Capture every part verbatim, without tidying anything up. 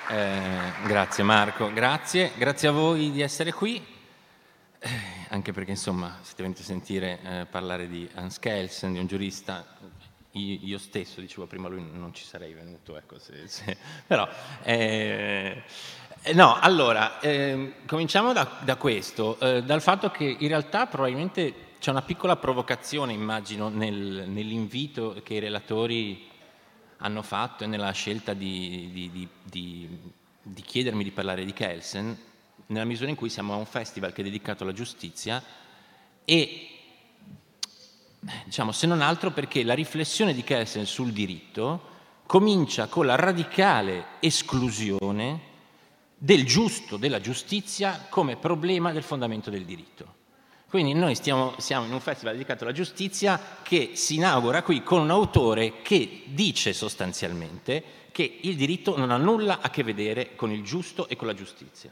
Eh, grazie Marco, grazie, grazie a voi di essere qui, eh, anche perché insomma siete venuti a sentire eh, parlare di Hans Kelsen, di un giurista. Io, io stesso, dicevo prima, lui non ci sarei venuto, ecco, se, se, però eh, no, allora eh, cominciamo da, da questo, eh, dal fatto che in realtà probabilmente c'è una piccola provocazione, immagino, nel, nell'invito che i relatori hanno fatto e nella scelta di, di, di, di, di chiedermi di parlare di Kelsen, nella misura in cui siamo a un festival che è dedicato alla giustizia e, diciamo, se non altro perché la riflessione di Kelsen sul diritto comincia con la radicale esclusione del giusto, della giustizia, come problema del fondamento del diritto. Quindi noi stiamo, siamo in un festival dedicato alla giustizia che si inaugura qui con un autore che dice sostanzialmente che il diritto non ha nulla a che vedere con il giusto e con la giustizia.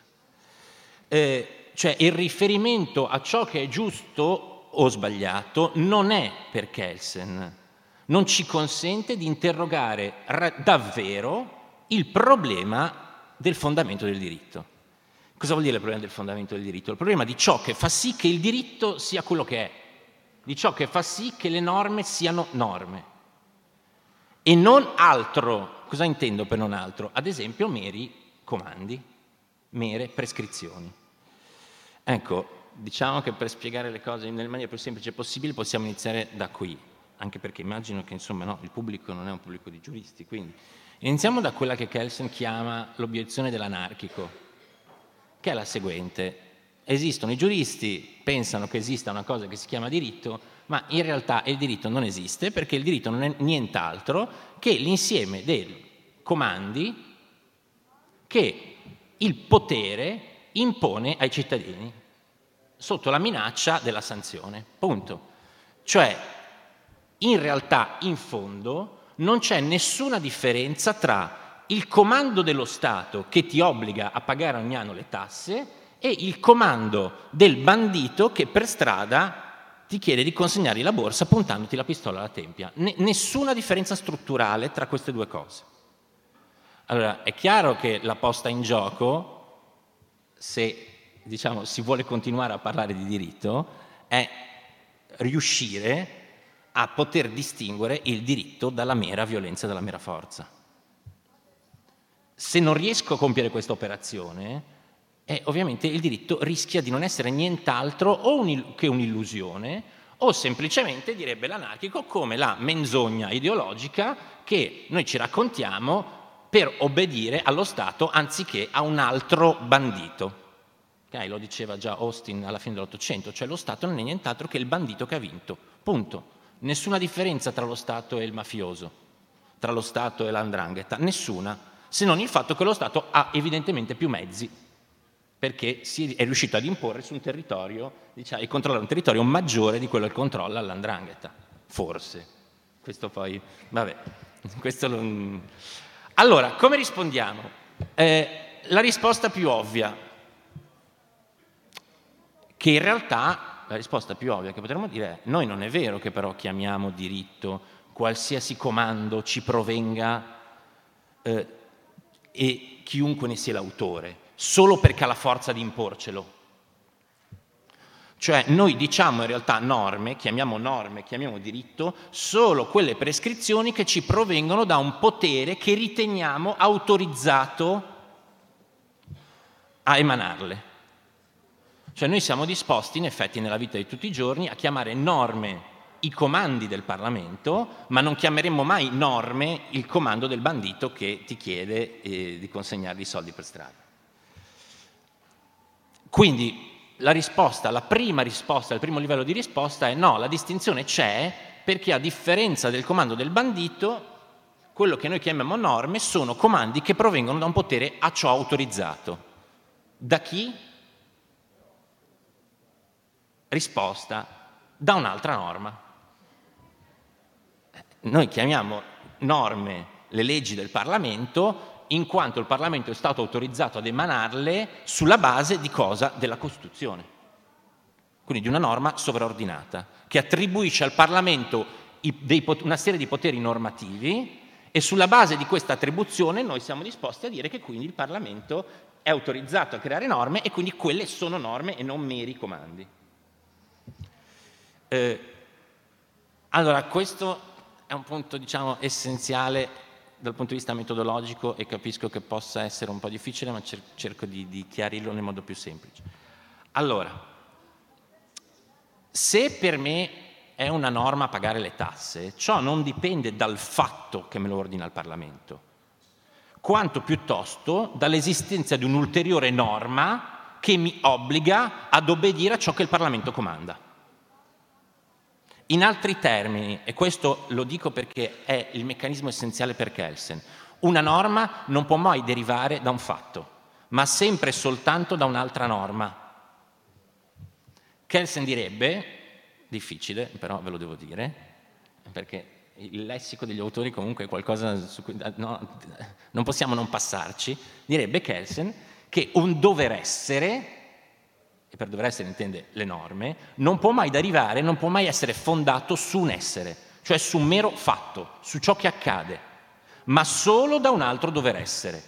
Eh, cioè il riferimento a ciò che è giusto o sbagliato non è per Kelsen, non ci consente di interrogare ra- davvero il problema del fondamento del diritto. Cosa vuol dire il problema del fondamento del diritto? Il problema di ciò che fa sì che il diritto sia quello che è, di ciò che fa sì che le norme siano norme. E non altro. Cosa intendo per non altro? Ad esempio meri comandi, mere prescrizioni. Ecco, diciamo che per spiegare le cose nella maniera più semplice possibile possiamo iniziare da qui, anche perché immagino che insomma no, il pubblico non è un pubblico di giuristi, quindi iniziamo da quella che Kelsen chiama l'obiezione dell'anarchico, che è la seguente: esistono i giuristi, pensano che esista una cosa che si chiama diritto, ma in realtà il diritto non esiste, perché il diritto non è nient'altro che l'insieme dei comandi che il potere impone ai cittadini sotto la minaccia della sanzione, punto. Cioè, in realtà, in fondo, non c'è nessuna differenza tra il comando dello Stato che ti obbliga a pagare ogni anno le tasse e il comando del bandito che per strada ti chiede di consegnargli la borsa puntandoti la pistola alla tempia. Ne- nessuna differenza strutturale tra queste due cose. Allora, è chiaro che la posta in gioco, se diciamo, si vuole continuare a parlare di diritto, è riuscire a poter distinguere il diritto dalla mera violenza, dalla mera forza. Se non riesco a compiere questa operazione, eh, ovviamente il diritto rischia di non essere nient'altro o un, che un'illusione, o semplicemente, direbbe l'anarchico, come la menzogna ideologica che noi ci raccontiamo per obbedire allo Stato anziché a un altro bandito. Okay, lo diceva già Austin alla fine dell'Ottocento, cioè lo Stato non è nient'altro che il bandito che ha vinto, punto. Nessuna differenza tra lo Stato e il mafioso, tra lo Stato e l'andrangheta, nessuna, se non il fatto che lo Stato ha evidentemente più mezzi, perché si è riuscito ad imporre su un territorio, diciamo, e controllare un territorio maggiore di quello che controlla l'andrangheta, forse. Questo poi, vabbè, questo lo... Allora, come rispondiamo? Eh, la risposta più ovvia, che in realtà la risposta più ovvia che potremmo dire è: noi non è vero che però chiamiamo diritto qualsiasi comando ci provenga eh, e chiunque ne sia l'autore, solo perché ha la forza di imporcelo. Cioè noi diciamo in realtà norme, chiamiamo norme, chiamiamo diritto, solo quelle prescrizioni che ci provengono da un potere che riteniamo autorizzato a emanarle. Cioè noi siamo disposti, in effetti, nella vita di tutti i giorni a chiamare norme i comandi del Parlamento, ma non chiameremmo mai norme il comando del bandito che ti chiede eh, di consegnargli i soldi per strada. Quindi la risposta, la prima risposta, il primo livello di risposta è no, la distinzione c'è perché a differenza del comando del bandito, quello che noi chiamiamo norme sono comandi che provengono da un potere a ciò autorizzato. Da chi? Risposta: da un'altra norma. Noi chiamiamo norme le leggi del Parlamento in quanto il Parlamento è stato autorizzato ad emanarle sulla base di cosa? Della Costituzione. Quindi di una norma sovraordinata che attribuisce al Parlamento i, dei, una serie di poteri normativi E sulla base di questa attribuzione noi siamo disposti a dire che quindi il Parlamento è autorizzato a creare norme e quindi quelle sono norme e non meri comandi. Eh, allora, questo è un punto, diciamo, essenziale dal punto di vista metodologico e capisco che possa essere un po' difficile, ma cer- cerco di, di chiarirlo nel modo più semplice. Allora, se per me è una norma pagare le tasse, ciò non dipende dal fatto che me lo ordina il Parlamento, quanto piuttosto dall'esistenza di un'ulteriore norma che mi obbliga ad obbedire a ciò che il Parlamento comanda. In altri termini, e questo lo dico perché è il meccanismo essenziale per Kelsen, una norma non può mai derivare da un fatto, ma sempre e soltanto da un'altra norma. Kelsen direbbe, difficile, però ve lo devo dire, perché il lessico degli autori comunque è qualcosa su cui no, non possiamo non passarci, direbbe Kelsen che un dover essere, e per dover essere intende le norme, non può mai derivare, non può mai essere fondato su un essere, cioè su un mero fatto, su ciò che accade, ma solo da un altro dover essere.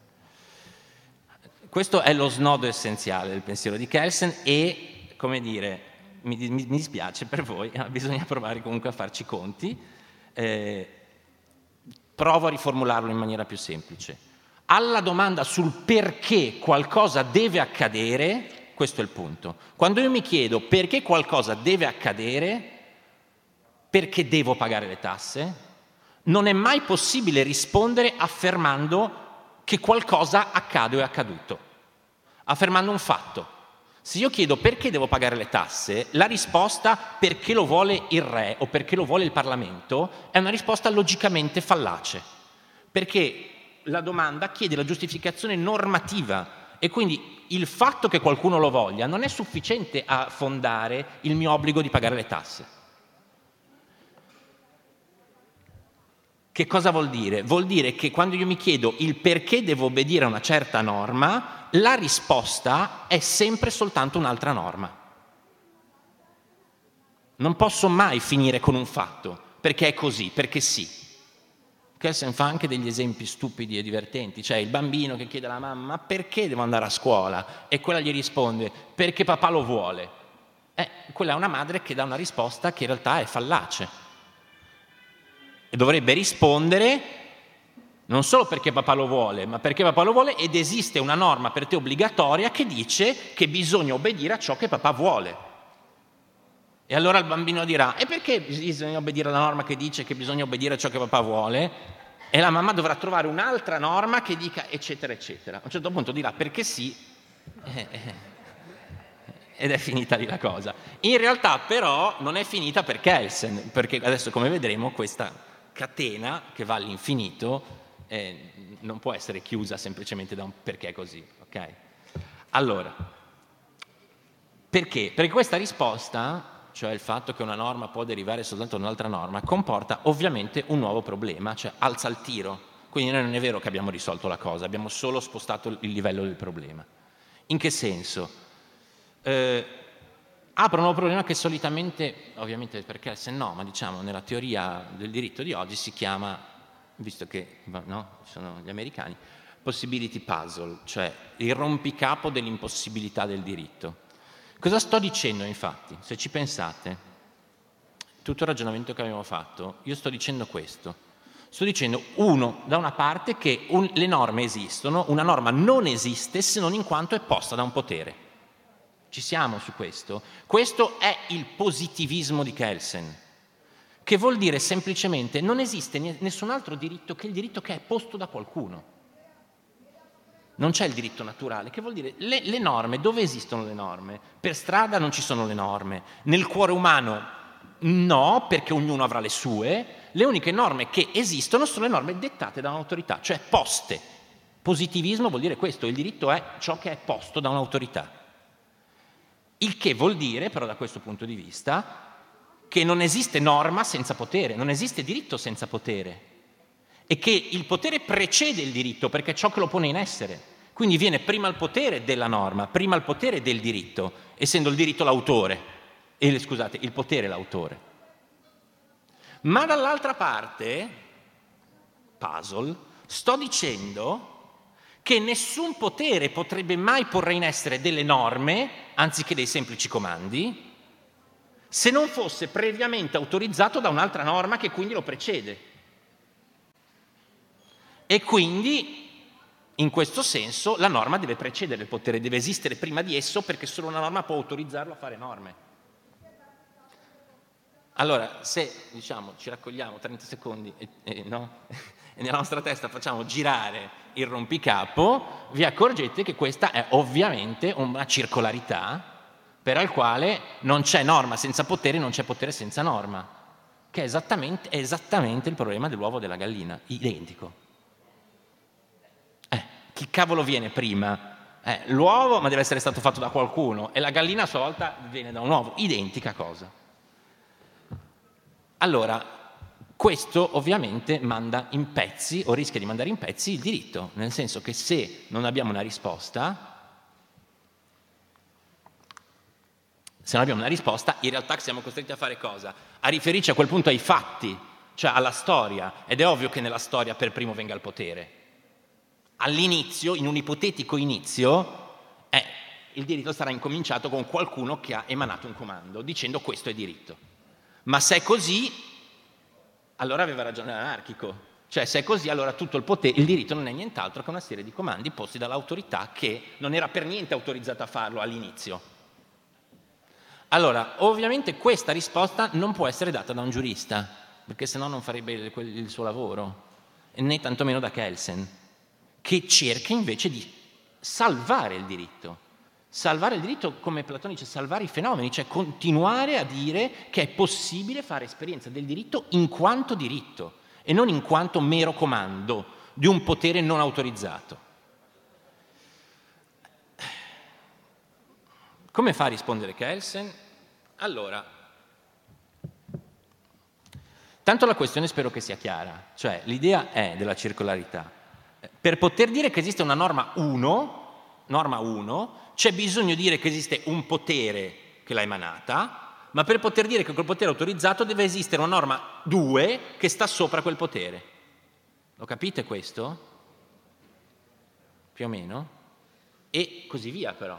Questo è lo snodo essenziale del pensiero di Kelsen e, come dire, mi, mi, mi dispiace per voi, ma bisogna provare comunque a farci conti. Eh, provo a riformularlo in maniera più semplice. Alla domanda sul perché qualcosa deve accadere, questo è il punto. Quando io mi chiedo perché qualcosa deve accadere, perché devo pagare le tasse, non è mai possibile rispondere affermando che qualcosa accade o è accaduto, affermando un fatto. Se io chiedo perché devo pagare le tasse, la risposta perché lo vuole il re o perché lo vuole il Parlamento è una risposta logicamente fallace, perché la domanda chiede la giustificazione normativa e quindi il fatto che qualcuno lo voglia non è sufficiente a fondare il mio obbligo di pagare le tasse. Che cosa vuol dire? Vuol dire che quando io mi chiedo il perché devo obbedire a una certa norma, la risposta è sempre soltanto un'altra norma. Non posso mai finire con un fatto, perché è così, perché sì. Kelsen fa anche degli esempi stupidi e divertenti, cioè il bambino che chiede alla mamma perché devo andare a scuola e quella gli risponde perché papà lo vuole. Eh, quella è una madre che dà una risposta che in realtà è fallace. E dovrebbe rispondere non solo perché papà lo vuole, ma perché papà lo vuole ed esiste una norma per te obbligatoria che dice che bisogna obbedire a ciò che papà vuole. E allora il bambino dirà, e perché bisogna obbedire alla norma che dice che bisogna obbedire a ciò che papà vuole? E la mamma dovrà trovare un'altra norma che dica eccetera eccetera. A un certo punto dirà perché sì, eh, eh, ed è finita lì la cosa. In realtà però non è finita per Kelsen, perché adesso come vedremo questa catena che va all'infinito eh, non può essere chiusa semplicemente da un perché così, ok? Allora, perché? Perché questa risposta, cioè il fatto che una norma può derivare soltanto da un'altra norma, comporta ovviamente un nuovo problema, cioè alza il tiro. Quindi non è vero che abbiamo risolto la cosa, abbiamo solo spostato il livello del problema. In che senso? Eh, apre un nuovo problema che solitamente, ovviamente perché se no, ma diciamo nella teoria del diritto di oggi si chiama, visto che no, sono gli americani, possibility puzzle, cioè il rompicapo dell'impossibilità del diritto. Cosa sto dicendo infatti? Se ci pensate, tutto il ragionamento che abbiamo fatto, io sto dicendo questo. Sto dicendo, uno, da una parte che un, le norme esistono, una norma non esiste se non in quanto è posta da un potere. Ci siamo su questo? Questo è il positivismo di Kelsen, che vuol dire semplicemente non esiste nessun altro diritto che il diritto che è posto da qualcuno. Non c'è il diritto naturale, che vuol dire le, le norme, dove esistono le norme? Per strada non ci sono le norme, nel cuore umano no, perché ognuno avrà le sue, le uniche norme che esistono sono le norme dettate da un'autorità, cioè poste. Positivismo vuol dire questo, il diritto è ciò che è posto da un'autorità. Il che vuol dire, però da questo punto di vista, che non esiste norma senza potere, non esiste diritto senza potere. E che il potere precede il diritto perché è ciò che lo pone in essere. Quindi viene prima il potere della norma, prima il potere del diritto, essendo il diritto l'autore, e, scusate, il potere l'autore. Ma dall'altra parte puzzle, sto dicendo che nessun potere potrebbe mai porre in essere delle norme, anziché dei semplici comandi, se non fosse previamente autorizzato da un'altra norma che quindi lo precede. E quindi, in questo senso, la norma deve precedere il potere, deve esistere prima di esso, perché solo una norma può autorizzarlo a fare norme. Allora, se diciamo ci raccogliamo trenta secondi e, e, no? e nella nostra testa facciamo girare il rompicapo, vi accorgete che questa è ovviamente una circolarità per la quale non c'è norma senza potere, non c'è potere senza norma, che è esattamente, è esattamente il problema dell'uovo e della gallina, identico. Eh, chi cavolo viene prima? Eh, l'uovo, ma deve essere stato fatto da qualcuno, e la gallina a sua volta viene da un uovo, identica cosa. Allora, questo ovviamente manda in pezzi, o rischia di mandare in pezzi, il diritto, nel senso che se non abbiamo una risposta, se non abbiamo una risposta, in realtà siamo costretti a fare cosa? A riferirci a quel punto ai fatti, cioè alla storia, ed è ovvio che nella storia per primo venga il potere. All'inizio, in un ipotetico inizio, eh, il diritto sarà incominciato con qualcuno che ha emanato un comando, dicendo questo è diritto. Ma se è così, allora aveva ragione l'anarchico. Cioè, se è così, allora tutto il potere, il diritto non è nient'altro che una serie di comandi posti dall'autorità che non era per niente autorizzata a farlo all'inizio. Allora, ovviamente questa risposta non può essere data da un giurista, perché sennò non farebbe il, il suo lavoro, né tantomeno da Kelsen, che cerca invece di salvare il diritto. Salvare il diritto, come Platone dice, salvare i fenomeni, cioè continuare a dire che è possibile fare esperienza del diritto in quanto diritto e non in quanto mero comando di un potere non autorizzato. Come fa a rispondere Kelsen? Allora, tanto la questione spero che sia chiara, cioè l'idea è della circolarità. Per poter dire che esiste una norma uno, norma uno, c'è bisogno di dire che esiste un potere che l'ha emanata, ma per poter dire che quel potere è autorizzato deve esistere una norma due che sta sopra quel potere. Lo capite questo? Più o meno? E così via però.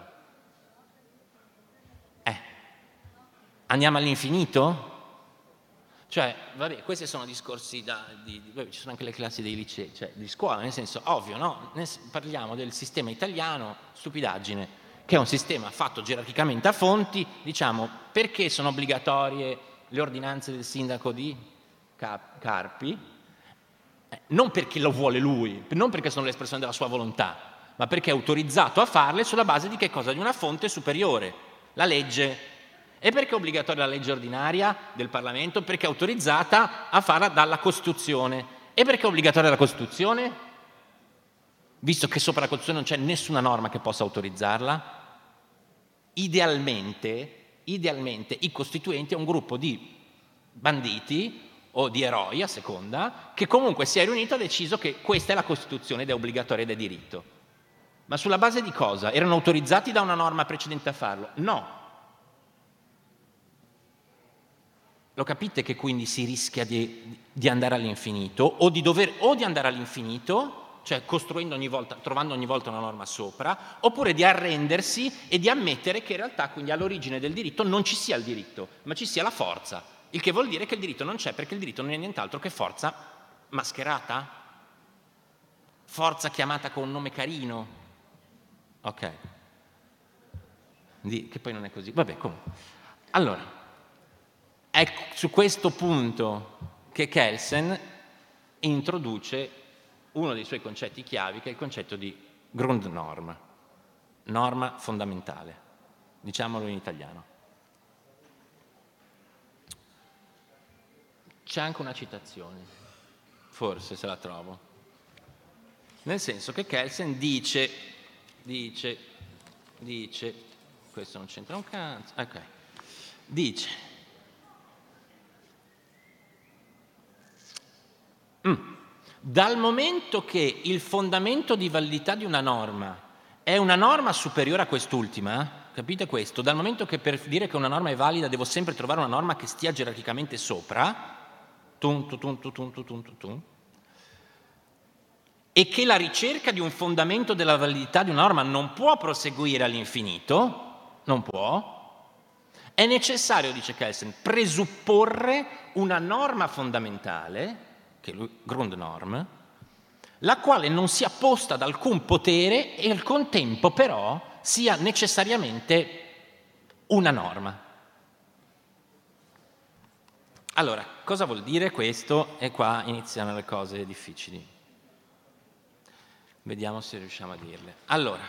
Eh, andiamo all'infinito? Cioè, vabbè, questi sono discorsi da, di, di, vabbè, ci sono anche le classi dei licei, cioè di scuola, nel senso, ovvio, no? Ne, parliamo del sistema italiano, stupidaggine, che è un sistema fatto gerarchicamente a fonti, diciamo, perché sono obbligatorie le ordinanze del sindaco di Cap- Carpi? Eh, non perché lo vuole lui, non perché sono l'espressione della sua volontà, ma perché è autorizzato a farle sulla base di che cosa? Di una fonte superiore, la legge. E perché è obbligatoria la legge ordinaria del Parlamento? Perché è autorizzata a farla dalla Costituzione. E perché è obbligatoria la Costituzione? Visto che sopra la Costituzione non c'è nessuna norma che possa autorizzarla. Idealmente, idealmente i costituenti è un gruppo di banditi o di eroi, a seconda, che comunque si è riunito e ha deciso che questa è la Costituzione ed è obbligatoria ed è diritto. Ma sulla base di cosa? Erano autorizzati da una norma precedente a farlo? No. Lo capite che quindi si rischia di, di andare all'infinito o di, dover, o di andare all'infinito, cioè costruendo ogni volta, trovando ogni volta una norma sopra, oppure di arrendersi e di ammettere che in realtà quindi all'origine del diritto non ci sia il diritto, ma ci sia la forza, il che vuol dire che il diritto non c'è perché il diritto non è nient'altro che forza mascherata, forza chiamata con un nome carino. Ok. Di, che poi non è così. Vabbè, comunque. Allora, è su questo punto che Kelsen introduce uno dei suoi concetti chiavi, che è il concetto di Grundnorm, norma fondamentale, diciamolo in italiano. C'è anche una citazione, forse se la trovo, nel senso che Kelsen dice, dice, dice, questo non c'entra un cazzo, ok, dice, Mm. dal momento che il fondamento di validità di una norma è una norma superiore a quest'ultima, capite questo? Dal momento che per dire che una norma è valida devo sempre trovare una norma che stia gerarchicamente sopra, tum, tum, tum, tum, tum, tum, tum, tum, e che la ricerca di un fondamento della validità di una norma non può proseguire all'infinito, non può, è necessario, dice Kelsen, presupporre una norma fondamentale, che è la Grundnorm, la quale non sia posta da alcun potere e al contempo però sia necessariamente una norma. Allora, cosa vuol dire questo? E qua iniziano le cose difficili. Vediamo se riusciamo a dirle. Allora,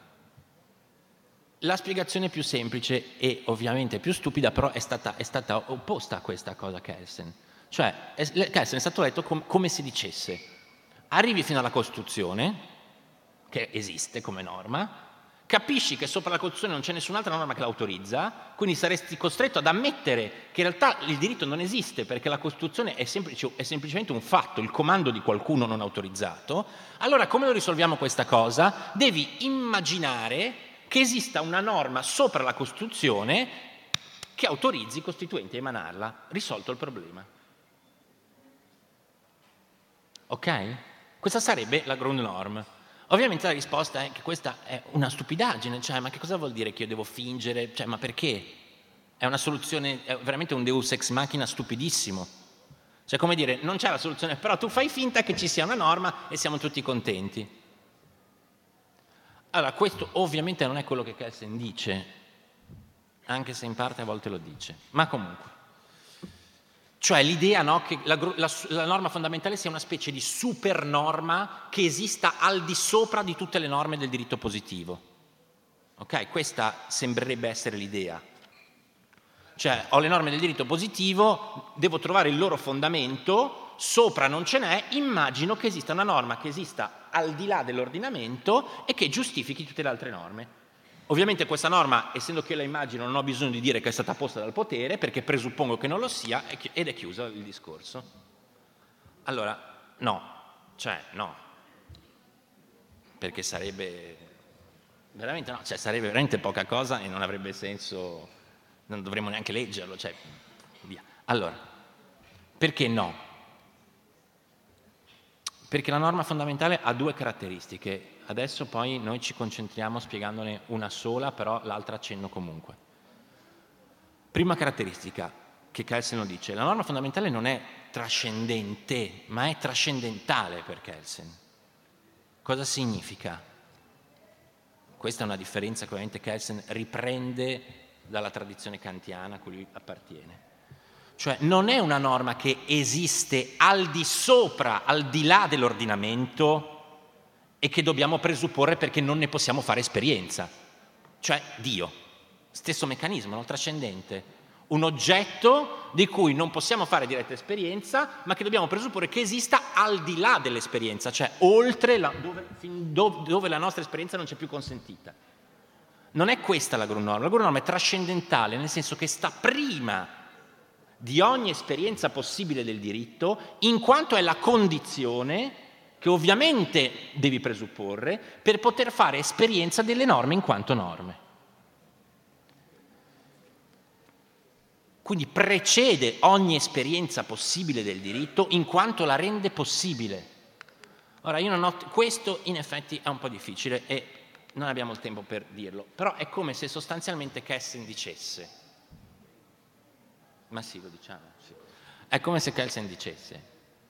la spiegazione più semplice e ovviamente più stupida però è stata, è stata opposta a questa cosa Kelsen. Cioè, Kelsen è stato letto com- come se dicesse: arrivi fino alla Costituzione, che esiste come norma, capisci che sopra la Costituzione non c'è nessun'altra norma che l'autorizza, quindi saresti costretto ad ammettere che in realtà il diritto non esiste perché la Costituzione è, semplice, è semplicemente un fatto, il comando di qualcuno non autorizzato. Allora come lo risolviamo questa cosa? Devi immaginare che esista una norma sopra la Costituzione che autorizzi i costituenti a emanarla. Risolto il problema. Ok? Questa sarebbe la Grundnorm. Ovviamente la risposta è che questa è una stupidaggine, cioè ma che cosa vuol dire che io devo fingere? Cioè ma perché? È una soluzione, è veramente un deus ex machina stupidissimo. Cioè come dire, non c'è la soluzione, però tu fai finta che ci sia una norma e siamo tutti contenti. Allora questo ovviamente non è quello che Kelsen dice, anche se in parte a volte lo dice, ma comunque. Cioè l'idea, no, che la, la, la norma fondamentale sia una specie di super norma che esista al di sopra di tutte le norme del diritto positivo. Ok? Questa sembrerebbe essere l'idea. Cioè ho le norme del diritto positivo, devo trovare il loro fondamento, sopra non ce n'è, immagino che esista una norma che esista al di là dell'ordinamento e che giustifichi tutte le altre norme. Ovviamente questa norma, essendo che la immagino, non ho bisogno di dire che è stata posta dal potere, perché presuppongo che non lo sia ed è chiuso il discorso. Allora, no, cioè no, perché sarebbe veramente no, cioè sarebbe veramente poca cosa e non avrebbe senso, non dovremmo neanche leggerlo, cioè via. Allora, perché no? Perché la norma fondamentale ha due caratteristiche. Adesso poi noi ci concentriamo spiegandone una sola, però l'altra accenno comunque. Prima caratteristica, che Kelsen lo dice, la norma fondamentale non è trascendente, ma è trascendentale per Kelsen. Cosa significa? Questa è una differenza che ovviamente Kelsen riprende dalla tradizione kantiana a cui lui appartiene. Cioè non è una norma che esiste al di sopra, al di là dell'ordinamento e che dobbiamo presupporre perché non ne possiamo fare esperienza. Cioè Dio, stesso meccanismo, no? Trascendente. Un oggetto di cui non possiamo fare diretta esperienza, ma che dobbiamo presupporre che esista al di là dell'esperienza, cioè oltre la, dove, fin dove, dove la nostra esperienza non c'è più consentita. Non è questa la Grundnorm, la Grundnorm è trascendentale, nel senso che sta prima di ogni esperienza possibile del diritto, in quanto è la condizione che ovviamente devi presupporre per poter fare esperienza delle norme in quanto norme. Quindi precede ogni esperienza possibile del diritto in quanto la rende possibile. Ora io non ho, questo in effetti è un po' difficile e non abbiamo il tempo per dirlo, però è come se sostanzialmente Kelsen dicesse, ma sì lo diciamo, sì. È come se Kelsen dicesse: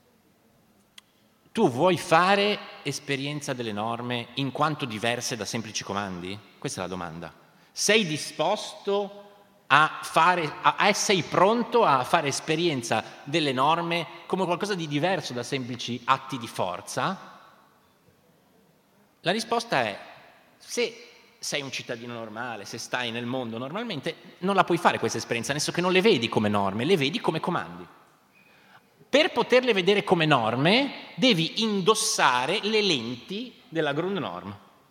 tu vuoi fare esperienza delle norme in quanto diverse da semplici comandi? Questa è la domanda. Sei disposto a fare, a, a sei pronto a fare esperienza delle norme come qualcosa di diverso da semplici atti di forza? La risposta è: se sei un cittadino normale, se stai nel mondo normalmente, non la puoi fare questa esperienza, nel senso che non le vedi come norme, le vedi come comandi. Per poterle vedere come norme devi indossare le lenti della Grundnorm.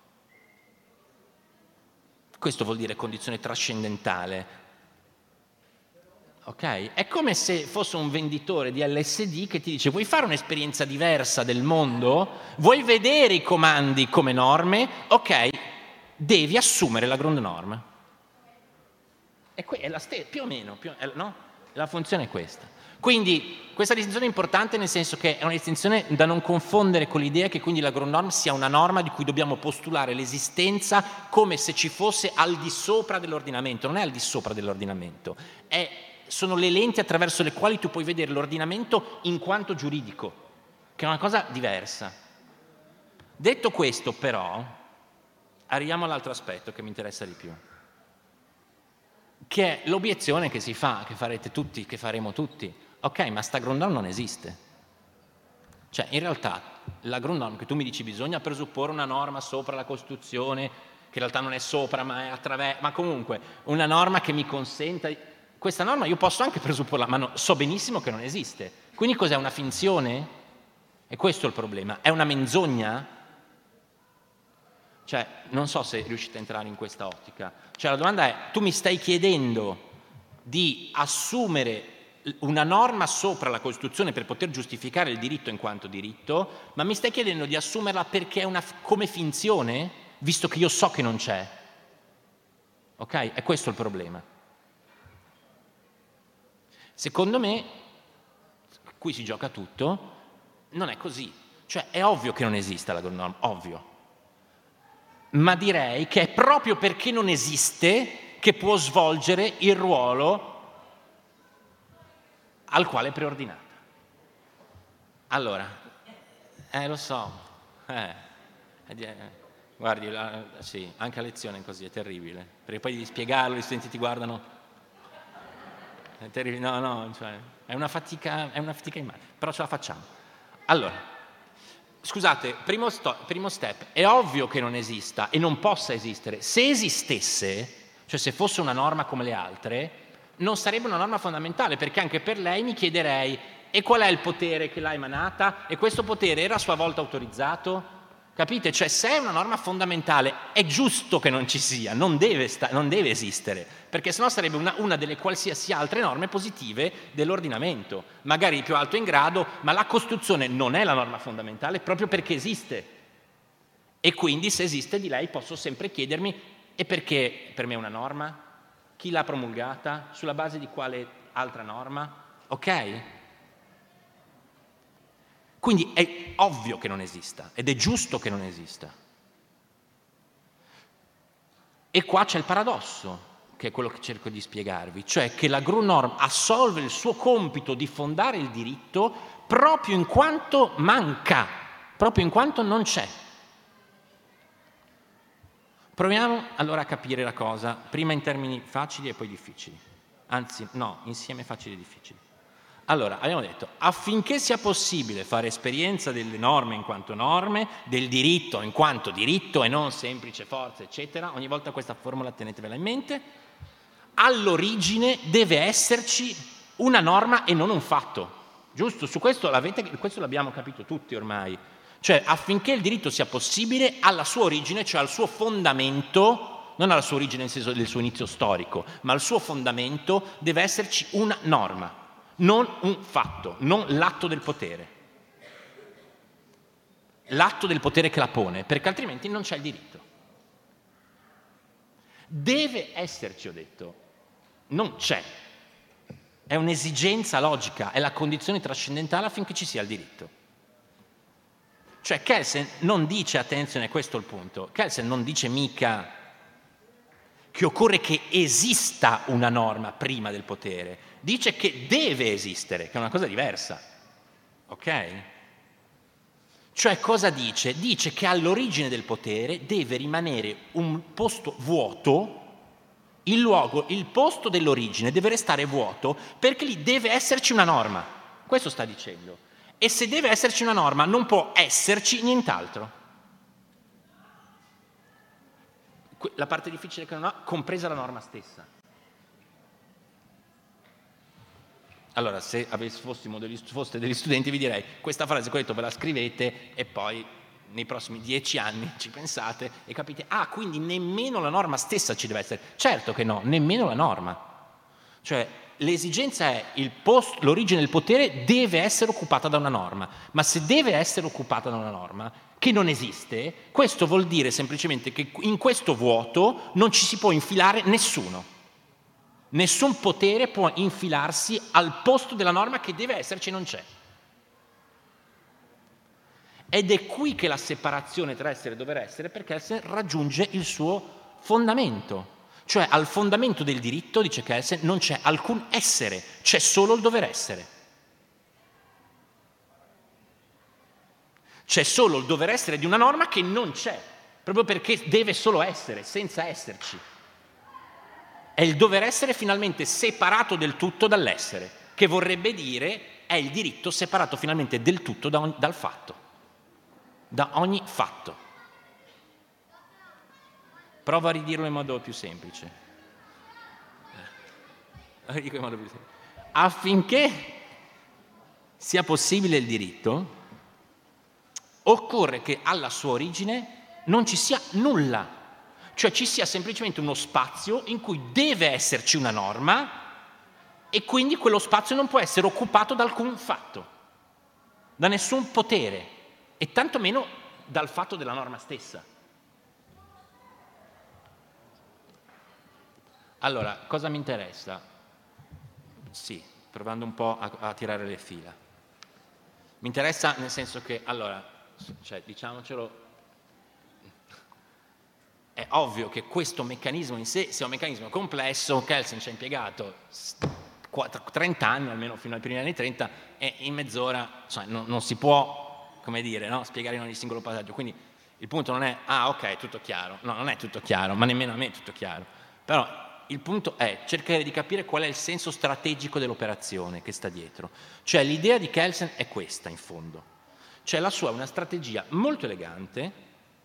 Questo vuol dire condizione trascendentale. Ok? È come se fosse un venditore di L S D che ti dice: vuoi fare un'esperienza diversa del mondo? Vuoi vedere i comandi come norme? Ok, devi assumere la Grundnorm. E que- è la stessa, più o meno, più, è, no? La funzione è questa. Quindi questa distinzione è importante nel senso che è una distinzione da non confondere con l'idea che quindi la grundnorm sia una norma di cui dobbiamo postulare l'esistenza come se ci fosse al di sopra dell'ordinamento. Non è al di sopra dell'ordinamento, è, sono le lenti attraverso le quali tu puoi vedere l'ordinamento in quanto giuridico, che è una cosa diversa. Detto questo, però, arriviamo all'altro aspetto che mi interessa di più, che è l'obiezione che si fa, che farete tutti, che faremo tutti. Ok, ma sta grundnorm non esiste. Cioè, in realtà, la grundnorm che tu mi dici bisogna presupporre una norma sopra la Costituzione, che in realtà non è sopra, ma è attraverso, ma comunque, una norma che mi consenta... Questa norma io posso anche presupporla, ma no, so benissimo che non esiste. Quindi cos'è, una finzione? E questo è il problema. È una menzogna? Cioè, non so se riuscite a entrare in questa ottica. Cioè, la domanda è, tu mi stai chiedendo di assumere una norma sopra la Costituzione per poter giustificare il diritto in quanto diritto, ma mi stai chiedendo di assumerla perché è una, come finzione, visto che io so che non c'è. Ok? È questo il problema. Secondo me, qui si gioca tutto, non è così. Cioè, è ovvio che non esista la grundnorm, ovvio. Ma direi che è proprio perché non esiste che può svolgere il ruolo al quale è preordinata. Allora, eh lo so, eh, eh, guardi, la, sì, anche a lezione è così, è terribile, perché poi devi spiegarlo, gli studenti ti guardano, è terribile, no, no, cioè, è una fatica, è una fatica immane, però ce la facciamo. Allora, scusate, primo, sto, primo step, è ovvio che non esista e non possa esistere. Se esistesse, cioè se fosse una norma come le altre, non sarebbe una norma fondamentale, perché anche per lei mi chiederei: e qual è il potere che l'ha emanata? E questo potere era a sua volta autorizzato? Capite? Cioè, se è una norma fondamentale è giusto che non ci sia, non deve, sta- non deve esistere, perché sennò sarebbe una, una delle qualsiasi altre norme positive dell'ordinamento, magari di più alto in grado, ma la Costituzione non è la norma fondamentale proprio perché esiste. E quindi, se esiste, di lei posso sempre chiedermi: e perché per me è una norma? Chi l'ha promulgata? Sulla base di quale altra norma? Ok? Quindi è ovvio che non esista ed è giusto che non esista. E qua c'è il paradosso, che è quello che cerco di spiegarvi, cioè che la grundnorm assolve il suo compito di fondare il diritto proprio in quanto manca, proprio in quanto non c'è. Proviamo allora a capire la cosa, prima in termini facili e poi difficili. Anzi, no, insieme facili e difficili. Allora, abbiamo detto, affinché sia possibile fare esperienza delle norme in quanto norme, del diritto in quanto diritto e non semplice forza, eccetera, ogni volta questa formula tenetevela in mente, all'origine deve esserci una norma e non un fatto. Giusto? Su questo, l'avete, questo l'abbiamo capito tutti ormai. Cioè, affinché il diritto sia possibile, alla sua origine, cioè al suo fondamento, non alla sua origine nel senso del suo inizio storico, ma al suo fondamento deve esserci una norma. Non un fatto, non l'atto del potere. L'atto del potere che la pone, perché altrimenti non c'è il diritto. Deve esserci, ho detto, non c'è. È un'esigenza logica, è la condizione trascendentale affinché ci sia il diritto. Cioè Kelsen non dice, attenzione, questo è il punto, Kelsen non dice mica che occorre che esista una norma prima del potere, dice che deve esistere, che è una cosa diversa, ok? Cioè cosa dice? Dice che all'origine del potere deve rimanere un posto vuoto, il luogo, il posto dell'origine deve restare vuoto perché lì deve esserci una norma, questo sta dicendo, e se deve esserci una norma non può esserci nient'altro. La parte difficile che non ha, compresa la norma stessa. Allora, se fossimo degli, foste degli studenti vi direi, questa frase che ho detto ve la scrivete e poi nei prossimi dieci anni ci pensate e capite, ah, quindi nemmeno la norma stessa ci deve essere. Certo che no, nemmeno la norma. Cioè, l'esigenza è il post, l'origine del potere deve essere occupata da una norma, ma se deve essere occupata da una norma che non esiste, questo vuol dire semplicemente che in questo vuoto non ci si può infilare nessuno. Nessun potere può infilarsi al posto della norma che deve esserci e non c'è. Ed è qui che la separazione tra essere e dover essere, perché Kelsen raggiunge il suo fondamento. Cioè al fondamento del diritto, dice Kelsen, non c'è alcun essere, c'è solo il dover essere. C'è solo il dover essere di una norma che non c'è, proprio perché deve solo essere, senza esserci. È il dover essere finalmente separato del tutto dall'essere, che vorrebbe dire è il diritto separato finalmente del tutto da ogni, dal fatto, da ogni fatto. Provo a ridirlo in modo più semplice. In modo più semplice. Affinché sia possibile il diritto, occorre che alla sua origine non ci sia nulla, cioè ci sia semplicemente uno spazio in cui deve esserci una norma e quindi quello spazio non può essere occupato da alcun fatto, da nessun potere e tantomeno dal fatto della norma stessa. Allora, cosa mi interessa? Sì, provando un po' a, a tirare le fila. Mi interessa nel senso che, allora, cioè, diciamocelo, è ovvio che questo meccanismo in sé sia un meccanismo complesso. Kelsen ci ha impiegato trenta anni, almeno fino ai primi anni trenta, e in mezz'ora cioè, non, non si può, come dire, no, spiegare in ogni singolo passaggio. Quindi il punto non è, ah ok, è tutto chiaro. No, non è tutto chiaro, ma nemmeno a me è tutto chiaro. Però il punto è cercare di capire qual è il senso strategico dell'operazione che sta dietro. Cioè l'idea di Kelsen è questa, in fondo. Cioè la sua è una strategia molto elegante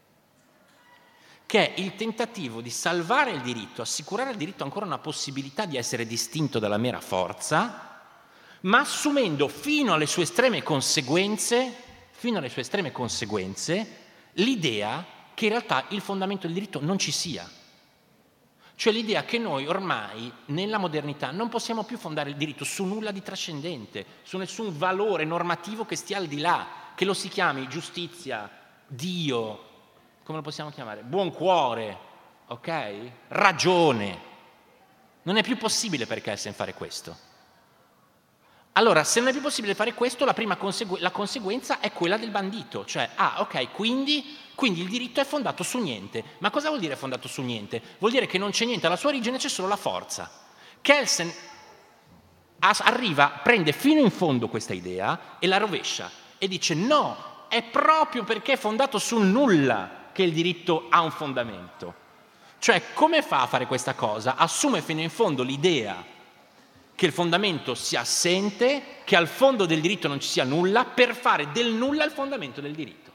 che è il tentativo di salvare il diritto, assicurare al diritto ancora una possibilità di essere distinto dalla mera forza, ma assumendo fino alle sue estreme conseguenze, fino alle sue estreme conseguenze, l'idea che in realtà il fondamento del diritto non ci sia. Cioè l'idea che noi ormai nella modernità non possiamo più fondare il diritto su nulla di trascendente, su nessun valore normativo che stia al di là, che lo si chiami giustizia, Dio, come lo possiamo chiamare? Buon cuore, ok? Ragione. Non è più possibile per Kelsen fare questo. Allora, se non è più possibile fare questo, la prima consegu- la conseguenza è quella del bandito, cioè, ah, ok, quindi, quindi il diritto è fondato su niente. Ma cosa vuol dire fondato su niente? Vuol dire che non c'è niente alla sua origine, c'è solo la forza. Kelsen arriva, prende fino in fondo questa idea e la rovescia e dice no, è proprio perché è fondato sul nulla che il diritto ha un fondamento. Cioè, come fa a fare questa cosa? Assume fino in fondo l'idea che il fondamento sia assente, che al fondo del diritto non ci sia nulla, per fare del nulla il fondamento del diritto.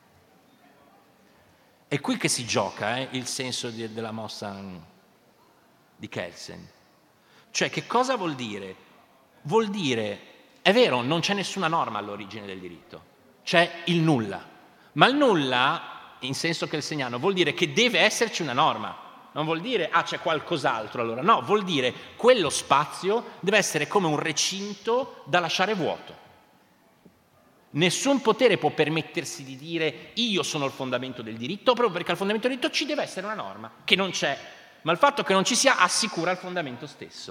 È qui che si gioca eh, il senso di, della mossa di Kelsen. Cioè, che cosa vuol dire? Vuol dire, è vero, non c'è nessuna norma all'origine del diritto, c'è il nulla. Ma il nulla, in senso kelseniano, vuol dire che deve esserci una norma. Non vuol dire, ah, c'è qualcos'altro allora. No, vuol dire quello spazio deve essere come un recinto da lasciare vuoto. Nessun potere può permettersi di dire io sono il fondamento del diritto, proprio perché al fondamento del diritto ci deve essere una norma, che non c'è. Ma il fatto che non ci sia assicura il fondamento stesso.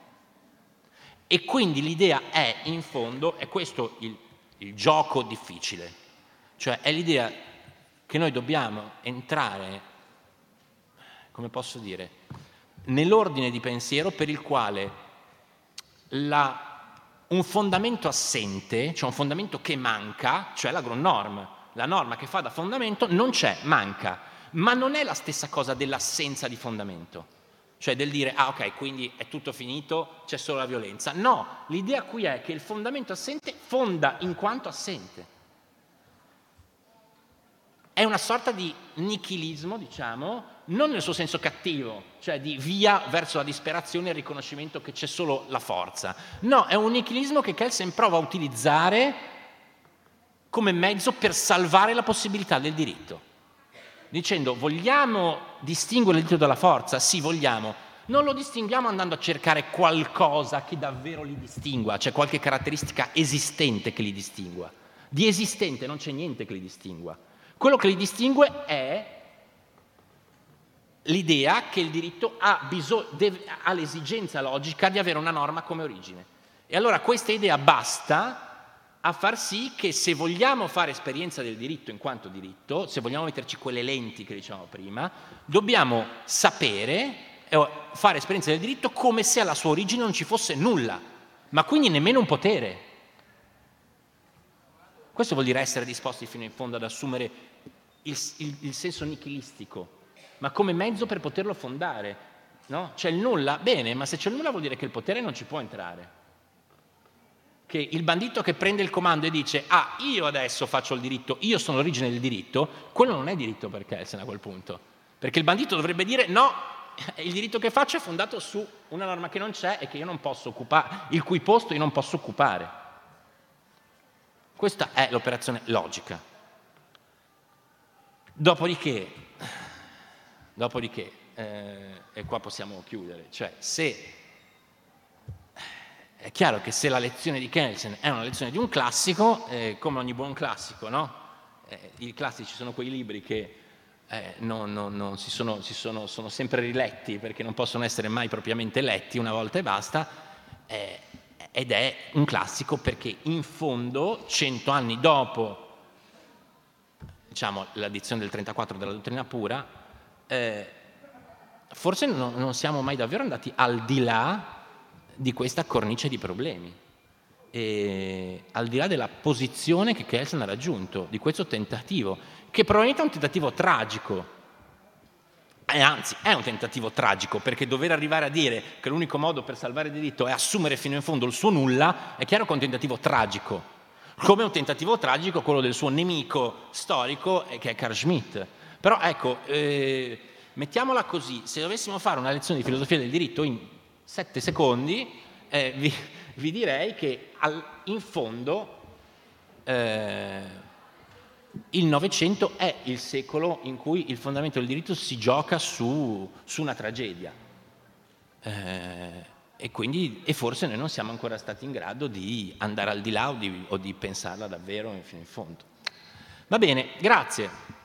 E quindi l'idea è, in fondo, è questo il, il gioco difficile. Cioè è l'idea che noi dobbiamo entrare, come posso dire, nell'ordine di pensiero per il quale la, un fondamento assente, cioè un fondamento che manca, cioè la Grundnorm, la norma che fa da fondamento non c'è, manca, ma non è la stessa cosa dell'assenza di fondamento, cioè del dire, ah ok, quindi è tutto finito, c'è solo la violenza. No, l'idea qui è che il fondamento assente fonda in quanto assente. È una sorta di nichilismo, diciamo, non nel suo senso cattivo, cioè di via verso la disperazione e il riconoscimento che c'è solo la forza. No, è un nichilismo che Kelsen prova a utilizzare come mezzo per salvare la possibilità del diritto. Dicendo, vogliamo distinguere il diritto dalla forza? Sì, vogliamo. Non lo distinguiamo andando a cercare qualcosa che davvero li distingua, cioè qualche caratteristica esistente che li distingua. Di esistente non c'è niente che li distingua. Quello che li distingue è l'idea che il diritto ha, deve, ha l'esigenza logica di avere una norma come origine. E allora questa idea basta a far sì che se vogliamo fare esperienza del diritto in quanto diritto, se vogliamo metterci quelle lenti che dicevamo prima, dobbiamo sapere, eh, fare esperienza del diritto come se alla sua origine non ci fosse nulla, ma quindi nemmeno un potere. Questo vuol dire essere disposti fino in fondo ad assumere il, il, il senso nichilistico, ma come mezzo per poterlo fondare, no? C'è il nulla, bene, ma se c'è il nulla vuol dire che il potere non ci può entrare. Che il bandito che prende il comando e dice ah, io adesso faccio il diritto, io sono l'origine del diritto, quello non è diritto per Kelsen a quel punto, perché il bandito dovrebbe dire no, il diritto che faccio è fondato su una norma che non c'è e che io non posso occupare, il cui posto io non posso occupare. Questa è l'operazione logica. Dopodiché, dopodiché eh, e qua possiamo chiudere, cioè se è chiaro che se la lezione di Kelsen è una lezione di un classico, eh, come ogni buon classico, no? Eh, I classici sono quei libri che eh, non, non, non si sono, si sono, sono sempre riletti perché non possono essere mai propriamente letti una volta e basta, eh, ed è un classico perché in fondo, cento anni dopo, diciamo, l'edizione del trentaquattro della dottrina pura, eh, forse non, non siamo mai davvero andati al di là di questa cornice di problemi, e al di là della posizione che Kelsen ha raggiunto, di questo tentativo, che probabilmente è un tentativo tragico, e anzi è un tentativo tragico, perché dover arrivare a dire che l'unico modo per salvare il diritto è assumere fino in fondo il suo nulla, è chiaro che è un tentativo tragico, come un tentativo tragico quello del suo nemico storico, che è Carl Schmitt. Però ecco, eh, mettiamola così, se dovessimo fare una lezione di filosofia del diritto in sette secondi, eh, vi, vi direi che al, in fondo eh, il Novecento è il secolo in cui il fondamento del diritto si gioca su, su una tragedia, eh, e quindi e forse noi non siamo ancora stati in grado di andare al di là o di, o di pensarla davvero fino in fondo. Va bene, grazie.